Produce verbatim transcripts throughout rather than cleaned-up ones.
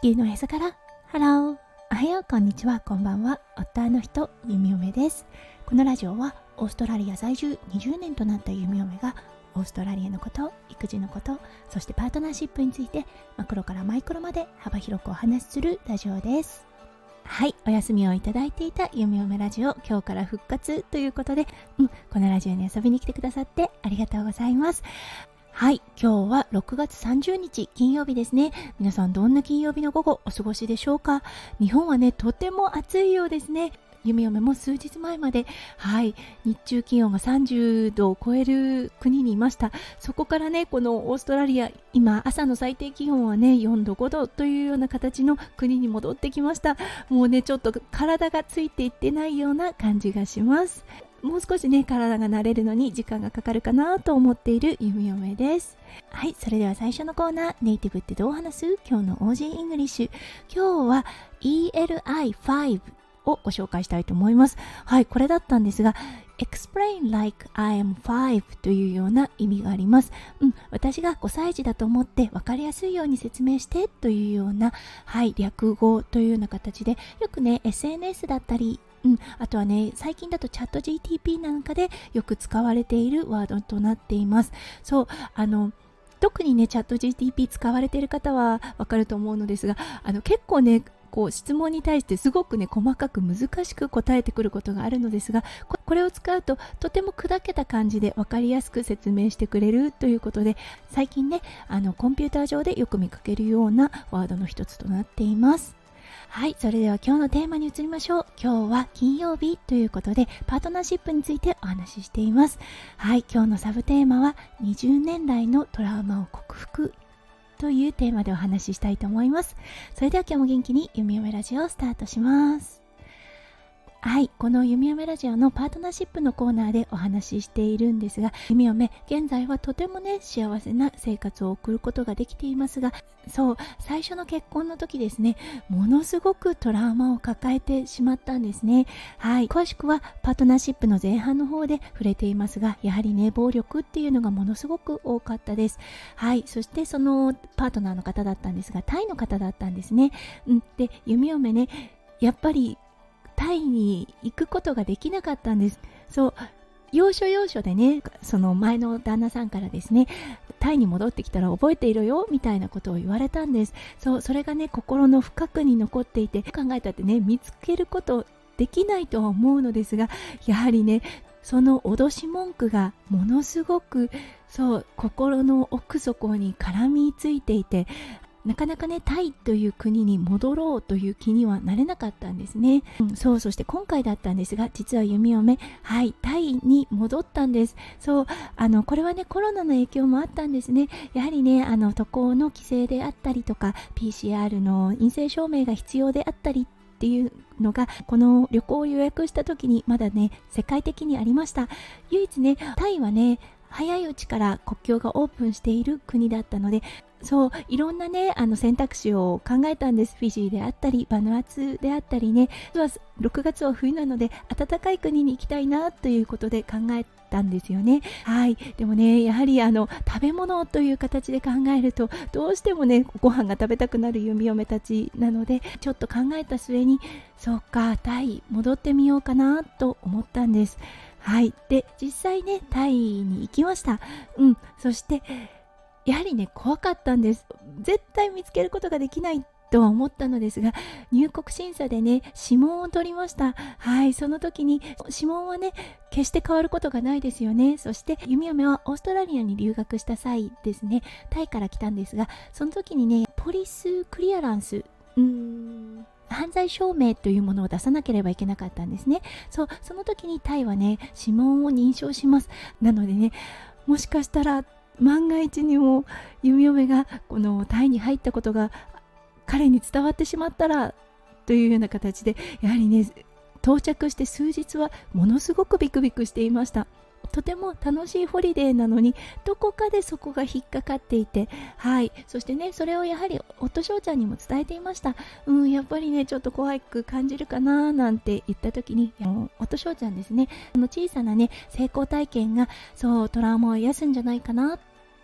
球のへそからハロー、おはよう、こんにちは、こんばんは。夫の人、弓嫁です。このラジオはオーストラリア在住にじゅうねんとなった弓嫁がオーストラリアのこと、育児のこと、そしてパートナーシップについてマクロからマイクロまで幅広くお話しするラジオです。はい、お休みをいただいていた弓嫁ラジオ、今日から復活ということで、うん、このラジオに遊びに来てくださってありがとうございます。はい、今日はろくがつさんじゅうにち金曜日ですね。皆さんどんな金曜日の午後お過ごしでしょうか。日本はね、とても暑いようですね。弓嫁も数日前まで、はい、日中気温がさんじゅうどを超える国にいました。そこからね、このオーストラリア、今朝の最低気温はねよんどごどというような形の国に戻ってきました。もうね、ちょっと体がついていってないような感じがします。もう少しね、体が慣れるのに時間がかかるかなと思っている弓嫁です。はい、それでは最初のコーナー、ネイティブってどう話す？今日の オージー イングリッシュ。今日は イーエルアイファイブ をご紹介したいと思います。はい、これだったんですが、explain like I am five というような意味があります。うん、私がごさい児だと思って分かりやすいように説明してというような、はい、略語というような形で、よくね エスエヌエス だったり、うん、あとはね、最近だとチャット ジーティーピー なんかでよく使われているワードとなっています。そう、あの特にねチャット ジーティーピー 使われている方はわかると思うのですが、あの結構ねこう質問に対してすごくね細かく難しく答えてくることがあるのですが、これを使うととても砕けた感じで分かりやすく説明してくれるということで、最近ねあのコンピューター上でよく見かけるようなワードの一つとなっています。はい、それでは今日のテーマに移りましょう。今日は金曜日ということでパートナーシップについてお話ししています。はい、今日のサブテーマはにじゅうねん来のトラウマを克服というテーマでお話ししたいと思います。それでは今日も元気に弓嫁ラジオをスタートします。はい、この弓嫁ラジオのパートナーシップのコーナーでお話ししているんですが、弓嫁現在はとてもね幸せな生活を送ることができていますが、そう最初の結婚の時ですね、ものすごくトラウマを抱えてしまったんですね。はい、詳しくはパートナーシップの前半の方で触れていますが、やはりね暴力っていうのがものすごく多かったです。はい、そしてそのパートナーの方だったんですが、タイの方だったんですね。うん、で弓嫁ね、やっぱりタイに行くことができなかったんです。そう、要所要所でね、その前の旦那さんからですね、タイに戻ってきたら覚えていろよみたいなことを言われたんです。そう、それがね心の深くに残っていて、考えたってね見つけることできないとは思うのですが、やはりねその脅し文句がものすごくそう心の奥底に絡みついていて、なかなかねタイという国に戻ろうという気にはなれなかったんですね。うん、そう、そして今回だったんですが、実は弓嫁、はい、タイに戻ったんです。そう、あのこれはねコロナの影響もあったんですね。やはりねあの渡航の規制であったりとか ピーシーアール の陰性証明が必要であったりっていうのが、この旅行を予約した時にまだね世界的にありました。唯一ねタイはね早いうちから国境がオープンしている国だったので、そういろんなねあの選択肢を考えたんです。フィジーであったりバヌアツであったりね、ろくがつは冬なので暖かい国に行きたいなということで考えたんですよね。はい、でもねやはりあの食べ物という形で考えるとどうしてもねご飯が食べたくなる弓嫁たちなので、ちょっと考えた末にそうかタイ戻ってみようかなと思ったんです。はい、で実際ねタイに行きました。うん、そしてやはりね怖かったんです。絶対見つけることができないとは思ったのですが、入国審査でね指紋を取りました。はい、その時に指紋はね決して変わることがないですよね。そして弓嫁はオーストラリアに留学した際ですね、タイから来たんですが、その時にねポリスクリアランス、うーん犯罪証明というものを出さなければいけなかったんですね。そう、その時にタイはね指紋を認証します。なのでね、もしかしたら万が一にも弓嫁がこのタイに入ったことが彼に伝わってしまったらというような形で、やはりね到着して数日はものすごくビクビクしていました。とても楽しいホリデーなのにどこかでそこが引っかかっていて、はい、そしてねそれをやはり夫翔ちゃんにも伝えていました。うん、やっぱりねちょっと怖く感じるかななんて言った時に、夫翔ちゃんですね、この小さなね成功体験がそうトラウマを癒すんじゃないかな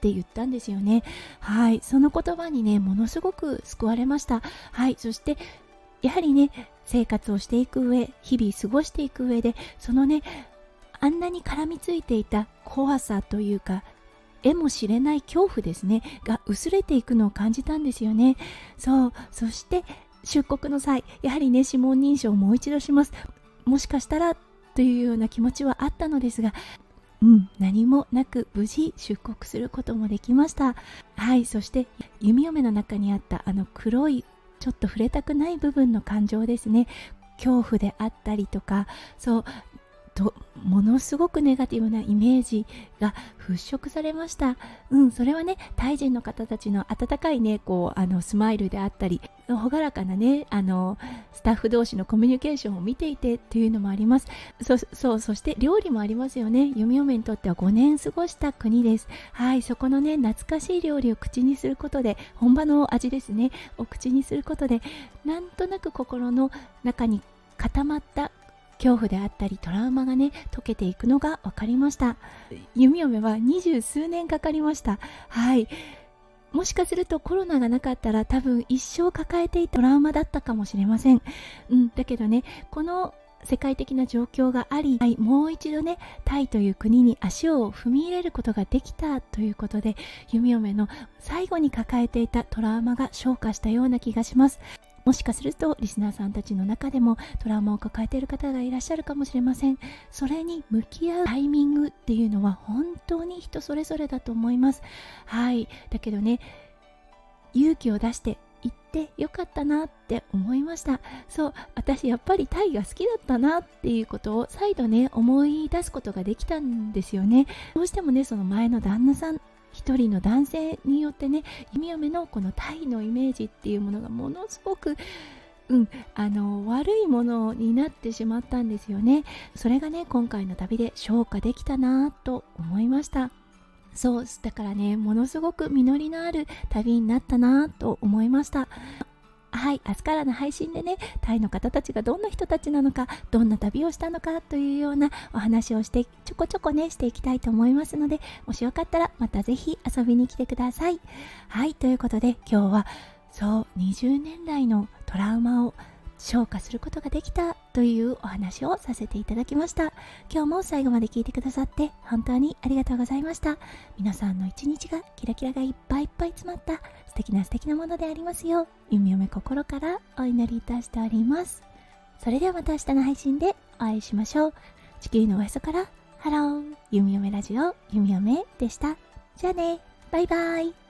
って言ったんですよね。はい、その言葉にねものすごく救われました。はい、そしてやはりね生活をしていく上、日々過ごしていく上で、そのねあんなに絡みついていた怖さというかえもしれない恐怖ですねが薄れていくのを感じたんですよね。そう、そして出国の際、やはりね指紋認証をもう一度します。もしかしたらというような気持ちはあったのですが、うん、何もなく無事出国することもできました。はい、そして弓嫁の中にあったあの黒いちょっと触れたくない部分の感情ですね、恐怖であったりとか、そうとものすごくネガティブなイメージが払拭されました。うん、それはねタイ人の方たちの温かいねこうあのスマイルであったり、朗らかなねあのスタッフ同士のコミュニケーションを見ていてというのもあります。そそうそして料理もありますよね。弓嫁にとってはごねん過ごした国です。はい、そこのね懐かしい料理を口にすることで、本場の味ですねを口にすることで、なんとなく心の中に固まった恐怖であったりトラウマがね解けていくのが分かりました。弓嫁は二十数年かかりました。はい、もしかするとコロナがなかったら多分一生抱えていたトラウマだったかもしれません。うん、だけどねこの世界的な状況があり、はい、もう一度ねタイという国に足を踏み入れることができたということで、弓嫁の最後に抱えていたトラウマが消化したような気がします。もしかするとリスナーさんたちの中でもトラウマを抱えている方がいらっしゃるかもしれません。それに向き合うタイミングっていうのは本当に人それぞれだと思います。はい、だけどね勇気を出して行ってよかったなって思いました。そう、私やっぱりタイが好きだったなっていうことを再度ね思い出すことができたんですよね。どうしてもねその前の旦那さん一人の男性によってね弓嫁のこのタイのイメージっていうものがものすごくうん、あの悪いものになってしまったんですよね。それがね今回の旅で消化できたなと思いました。そうだからねものすごく実りのある旅になったなと思いました。はい、明日からの配信でねタイの方たちがどんな人たちなのか、どんな旅をしたのかというようなお話をしてちょこちょこねしていきたいと思いますので、もしよかったらまたぜひ遊びに来てください。はい、ということで今日はそうにじゅうねん来のトラウマを消化することができたというお話をさせていただきました。今日も最後まで聞いてくださって本当にありがとうございました。皆さんの一日がキラキラがいっぱいいっぱい詰まった素敵な素敵なものでありますよう、弓嫁心からお祈りいたしております。それではまた明日の配信でお会いしましょう。地球のおへそからハロー、弓嫁ラジオ弓嫁でした。じゃあね、バイバイ。